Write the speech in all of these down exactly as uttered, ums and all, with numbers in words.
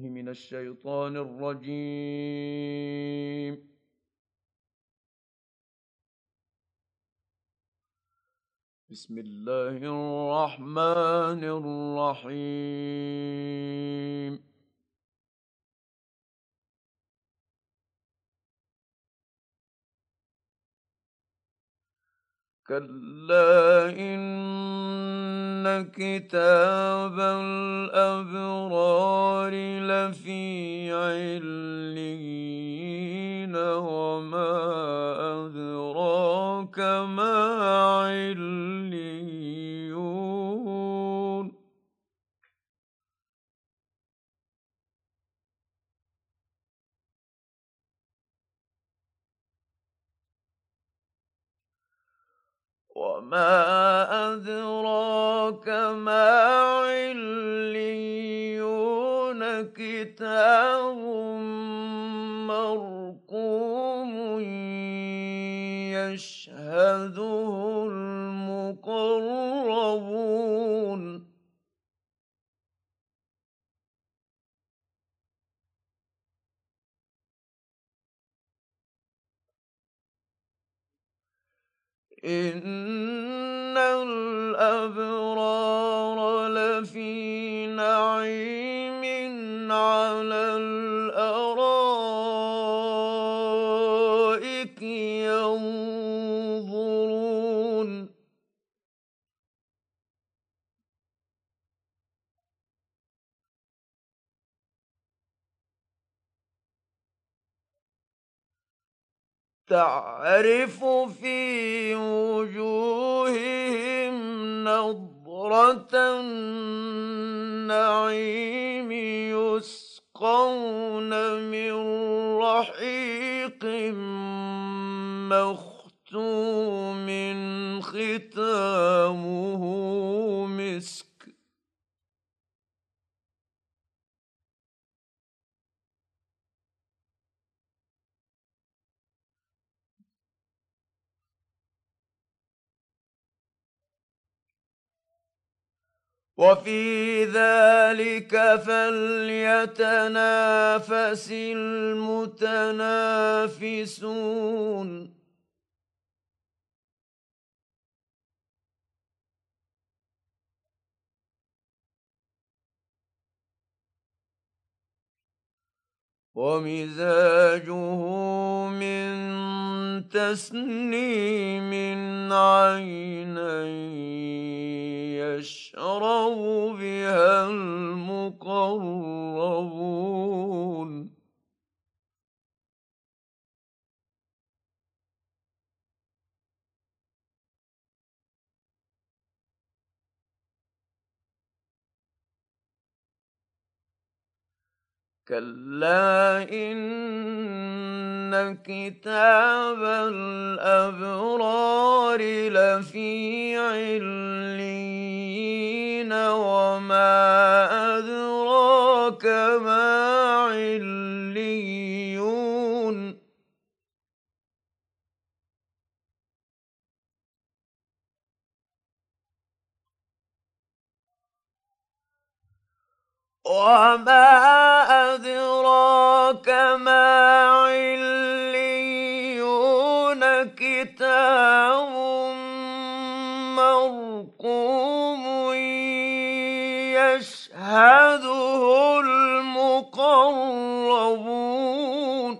من الشيطان الرجيم. بسم الله الرحمن الرحيم. كلا إن كتاب الأبرار لفي عليين وما أدراك ما عليون. وما أدراك ما عليون كتاب مرقوم يشهده المقربون. إن الأبرار لفي نعيم على الأرائك ينظرون. تعرف في وجوههم نضرة النعيم يسقون من رحيق مختوم ختامه مسك. وفي ذلك فليتنافس المتنافسون. ومزاجه من تسنيم عينا يشرب بها المقربون. كلا إن كتاب الأبرار لفي عليين وما أدراك ما عليون. وما أدراك ما عليون كتاب مرقوم يشهده المقربون.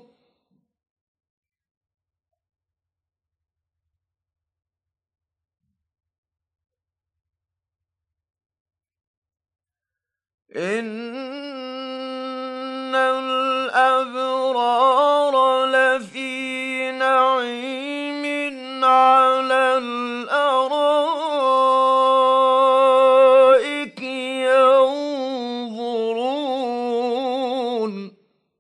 إن الأبرار لفي نعيم على الأرائك ينظرون.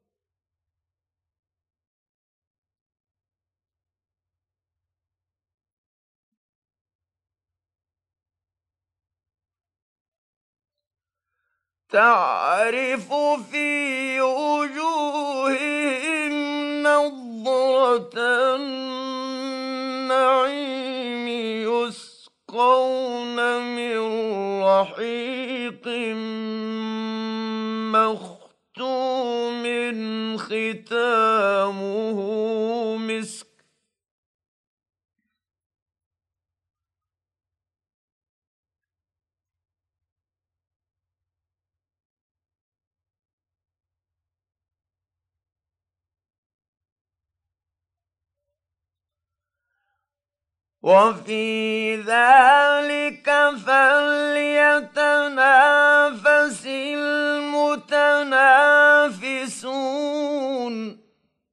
تعرف في وجوههم نضرة النعيم يسقون من رحيق مختوم ختامه مسك وفي ذلك فليتنافس المتنافسون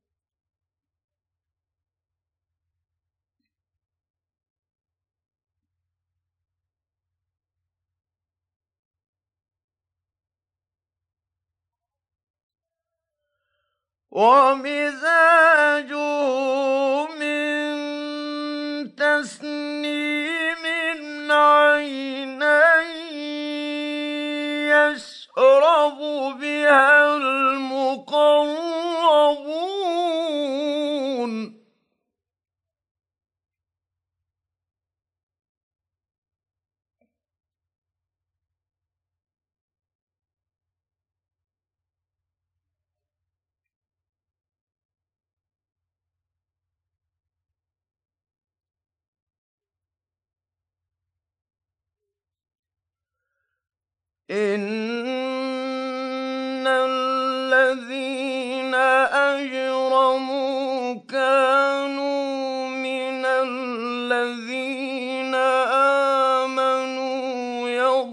ومزاجه من تسنيم عينا يشرب بها المقربون إن الذين أجرموا كانوا من الذين آمنوا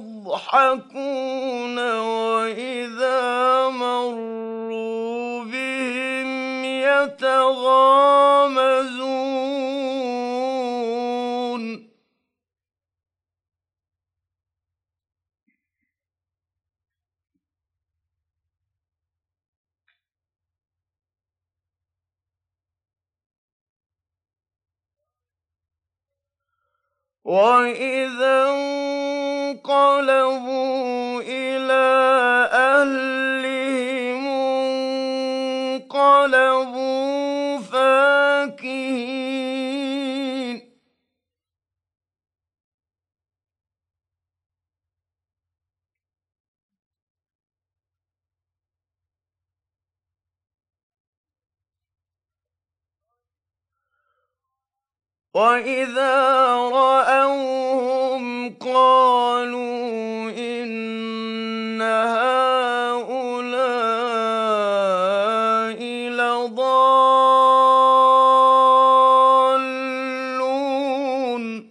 يضحكون وإذا مروا بهم يتغامزون وإذا انقلبوا إلى أهلهم انقلبوا فاكهين وإذا رأوهم قالوا إن هؤلاء لضالون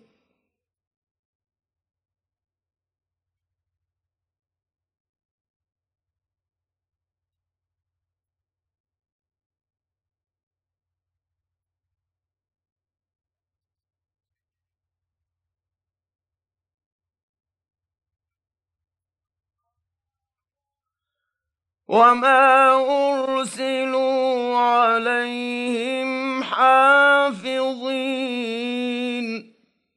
وما أرسلوا عليهم حافظين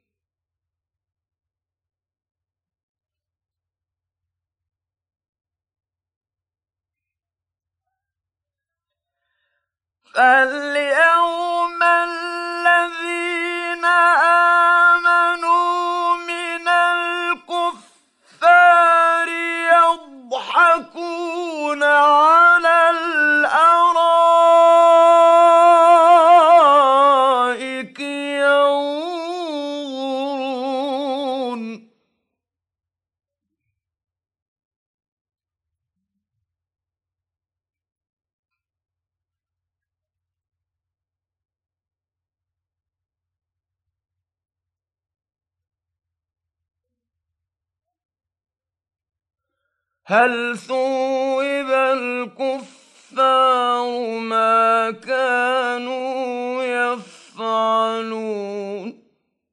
فاليوم الذين آمنوا من الكفار يضحكون على الأرائك ينظرون هل ثوب الكفار ما كانوا يفعلون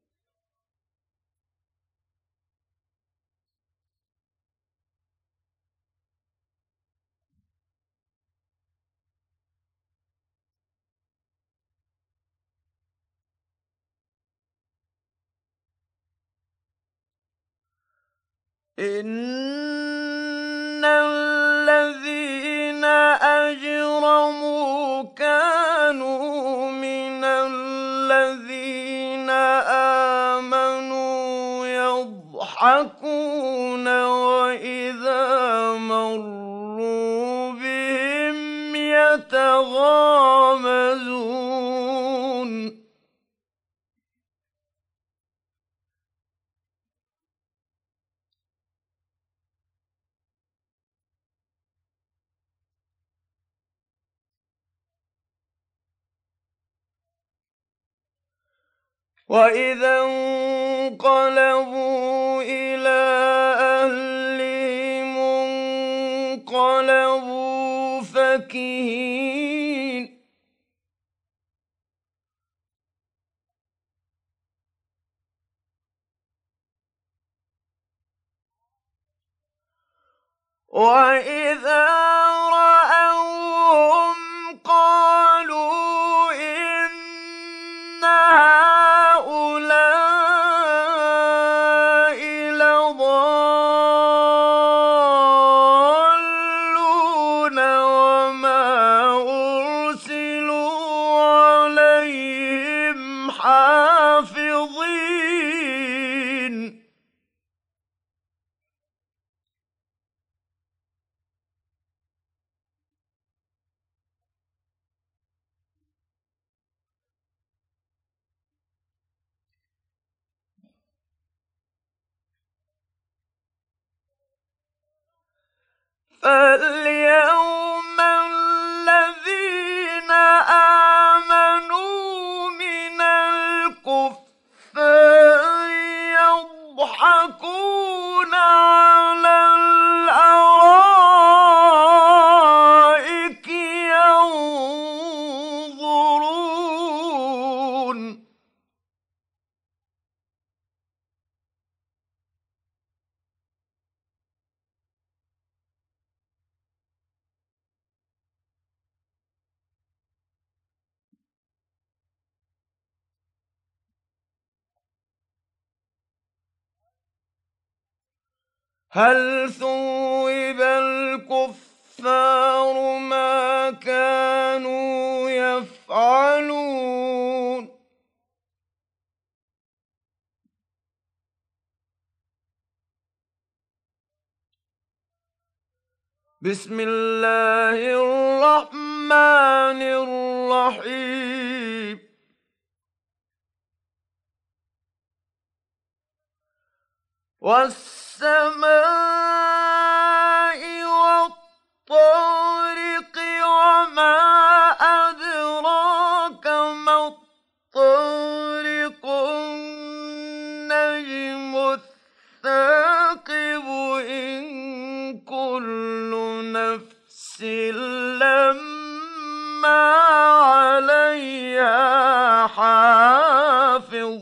إن الذين أجرموا كانوا من الذين آمنوا يضحكون وإذا مروا بهم يتغامزون يتغامزون وإذا انقلبوا إلى أهلهم انقلبوا فكهين وإذا رأوهم قالوا إن هؤلاء لضالون وما أرسلوا عليهم حافظين فاليوم الذين آمنوا من الكفار يضحكون على الأرائك ينظرون هل ثوب الكفار ما كانوا يفعلون بسم الله الرحمن الرحيم والسماء والطارق وما أدراك ما الطارق النجم الثاقب إن كل نفس لما عليها حافظ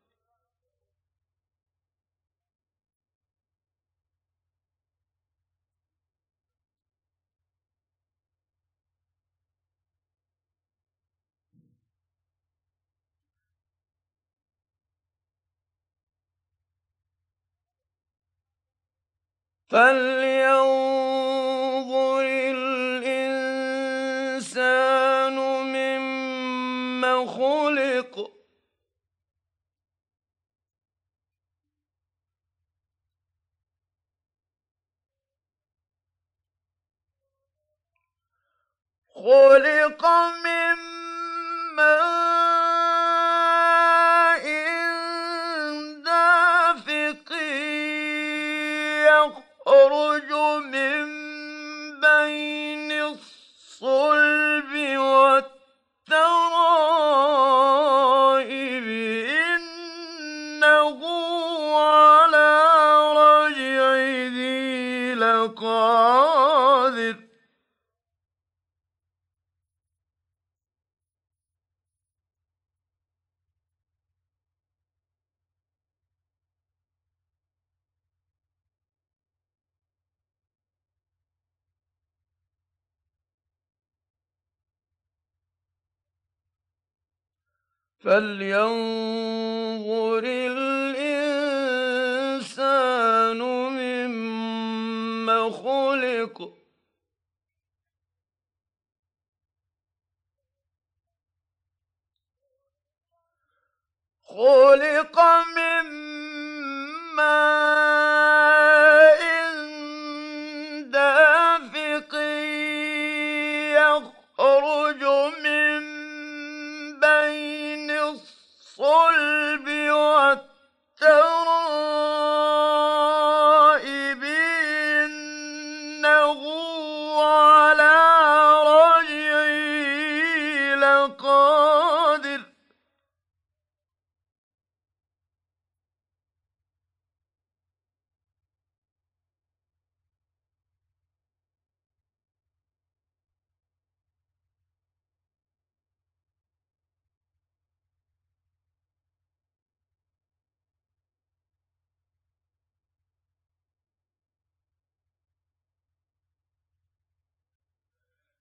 فلينظر الإنسان مما خلق خلق من ماء دافق يخرج من بين الصلب والترائب إنه على رجعه لقادر فلينظر الإنسان مما خلق خلق من ماء دافق يخرج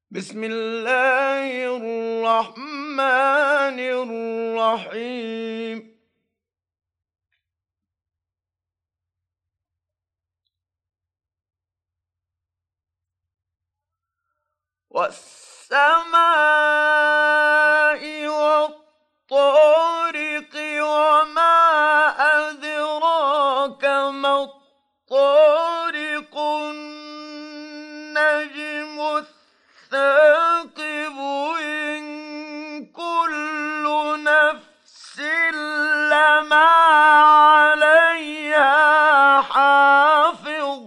بسم الله الرحمن الرحيم والسماء والطارق وما أدراك ما الطارق النجم الثاقب إن كل نفس لما عليها حافظ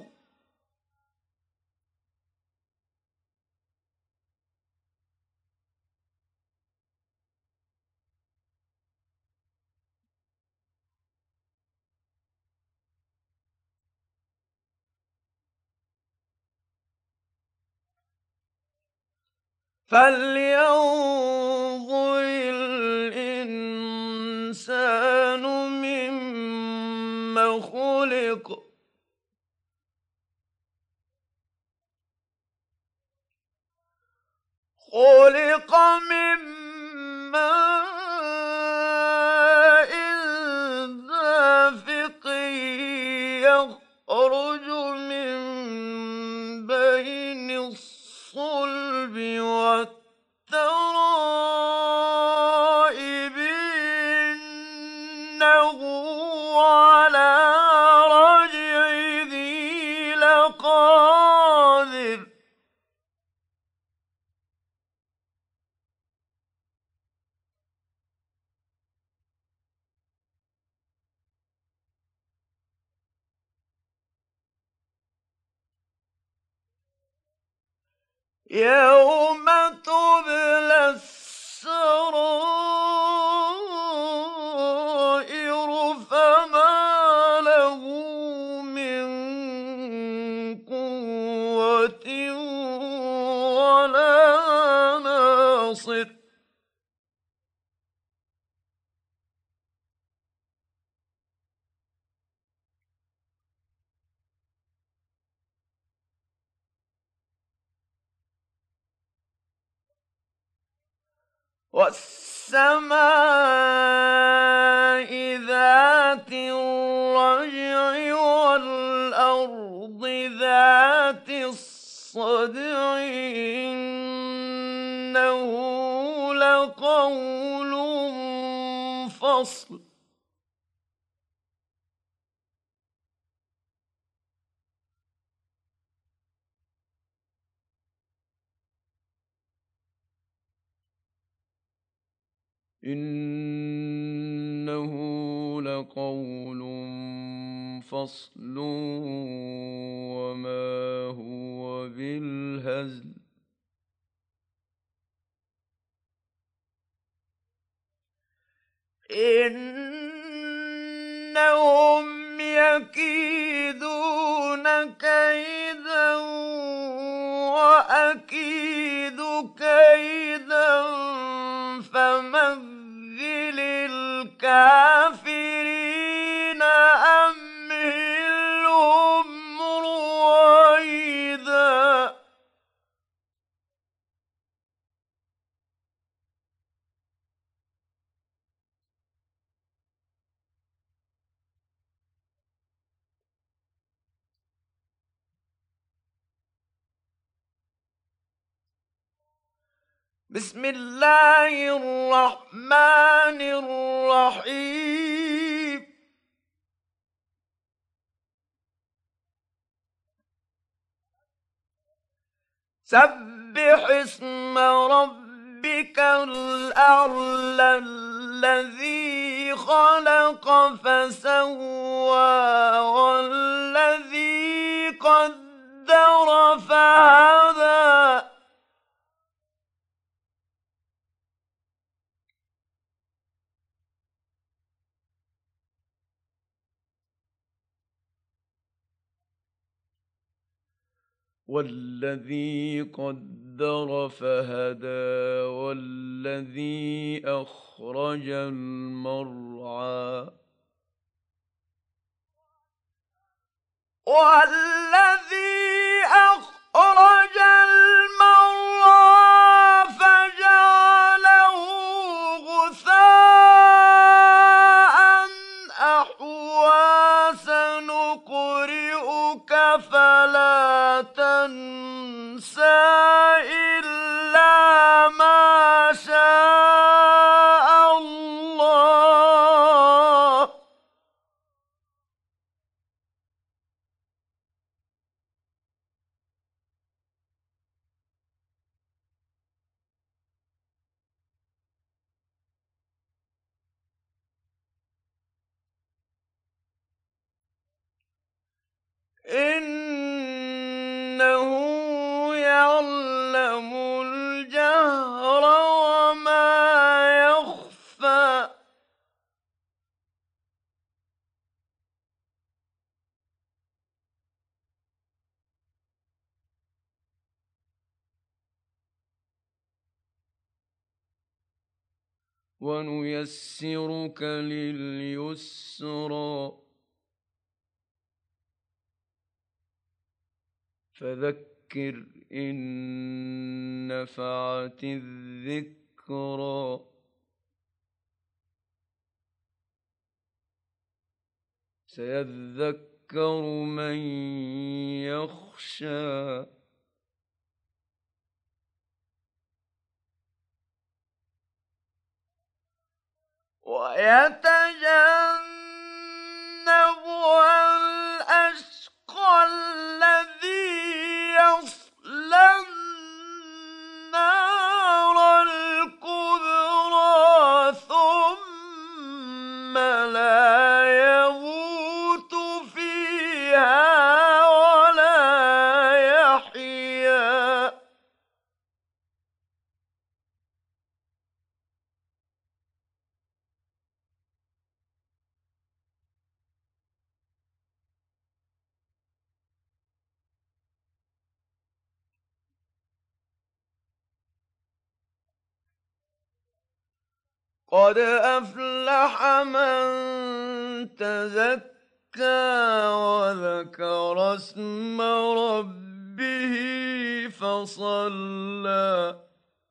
فلينظر الإنسان مما خلق خلق من ماء دافق يخرج من بين الصلب والترائب إنه على رجعه لقادر يوم تبلى السرائر فما له من قوة ولا ناصر والسماء ذات الرجع والأرض ذات الصدع إنه لقول فصل إنه لقول فصل وما هو بالهزل إنهم يكيدون كيدا وأكيد كيدا فمهل الكافرين أمهلهم رويدا بسم الله الرحمن الرحيم سبح اسم ربك الأعلى الذي خلق فسوى والذي قدر فهدى والذي قدر فهدى والذي أخرج المرعى والذي أخرج المرعى تنسى إلا ما شاء الله. إنه يعلم الجهر وما يخفى. ونيسرك لليسرى فذكر إن نفعت الذكرى سيذكر من يخشى ويتجنبها الأشقى الذي يصلى النار الكبرى ثم لا يموت فيها ولا يحيا. قد أفلح من تزكى وذكر اسم ربه فصلى.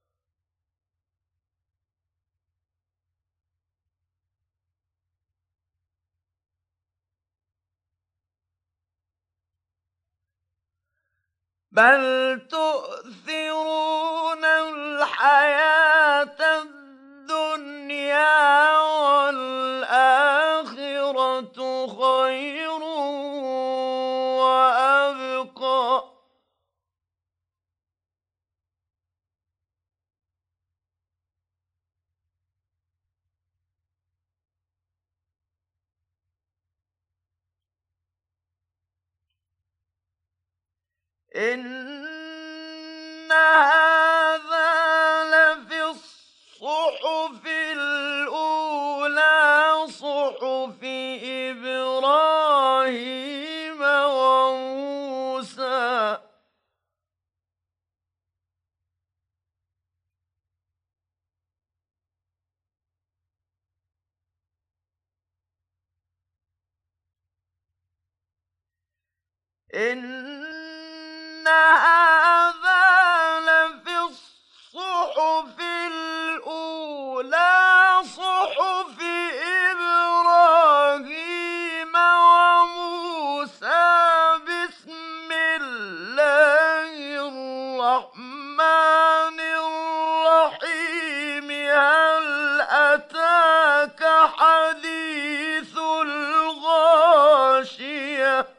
بل تؤثرون الحياة الدنيا والآخرة خير وأبقى. إن هذا لفي الصحف الأولى صحف إبراهيم وموسى. إن هذا لفي الصحف الأولى صحف إبراهيم وموسى. بسم الله الرحمن الرحيم. هل أتاك حديث الغاشية.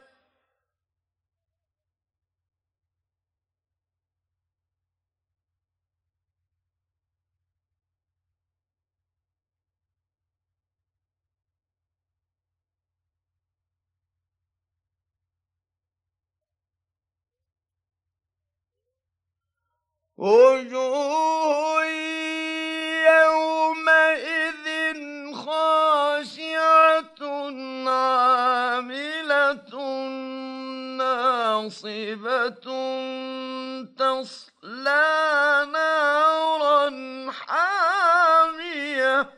وجوه يومئذ خاشعة عاملة ناصبة تصلى نارا حامية.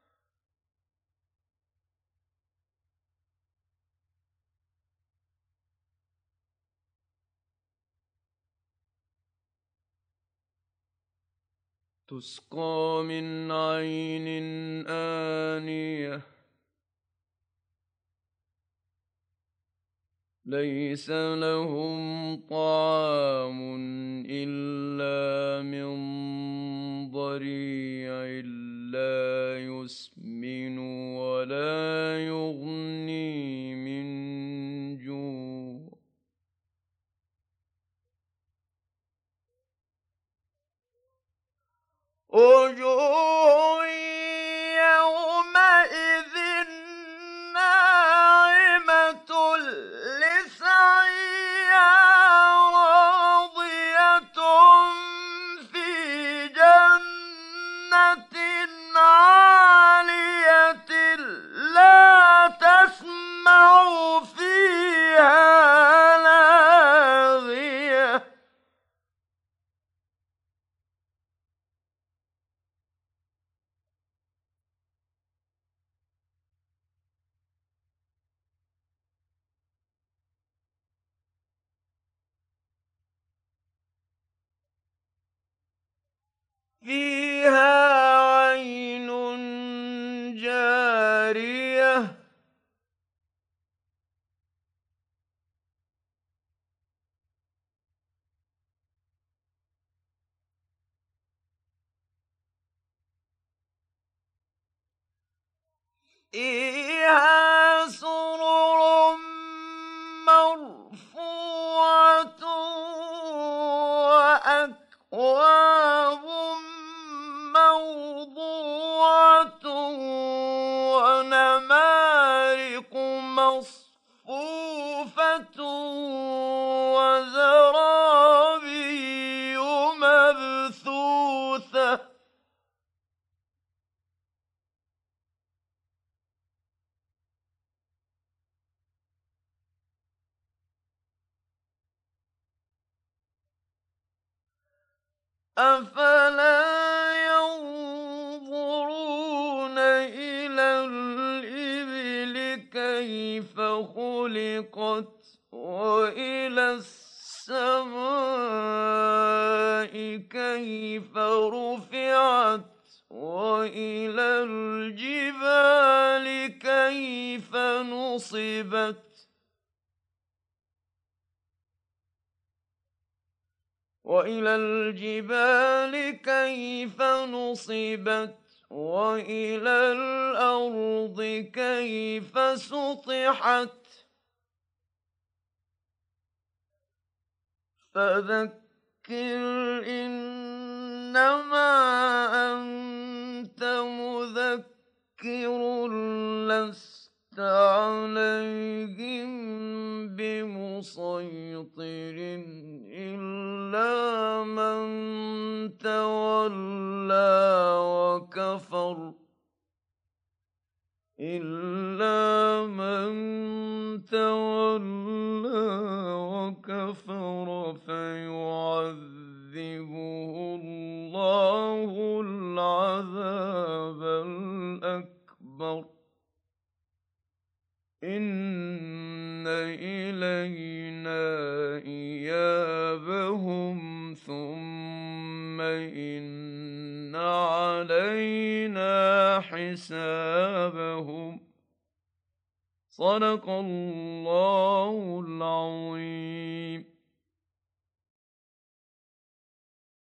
تسقى من عين آنية ليس لهم طعام وجوه يومئذ ناعمة لسعيها راضية في جنة عالية لا تسمع فيها لاغية فيها عين جارية فيها سرر مرفوعة وأكواب موضوعة ونمارق مصفوفة وزرابي مبثوثة أفلا ينظرون إلى الإبل كيف خلقت وإلى السماء كيف رفعت وإلى الجبال كيف نصبت وإلى الجبال كيف نصبت وإلى الأرض كيف سطحت فذكر إنما أنت مذكر لست عليهم بمسيطر إلا من تولى وكفر إلا من تولى وكفر فيعذبه الله العذاب الأكبر إن إلينا إيابهم ثم إن علينا حسابهم صدق الله العظيم.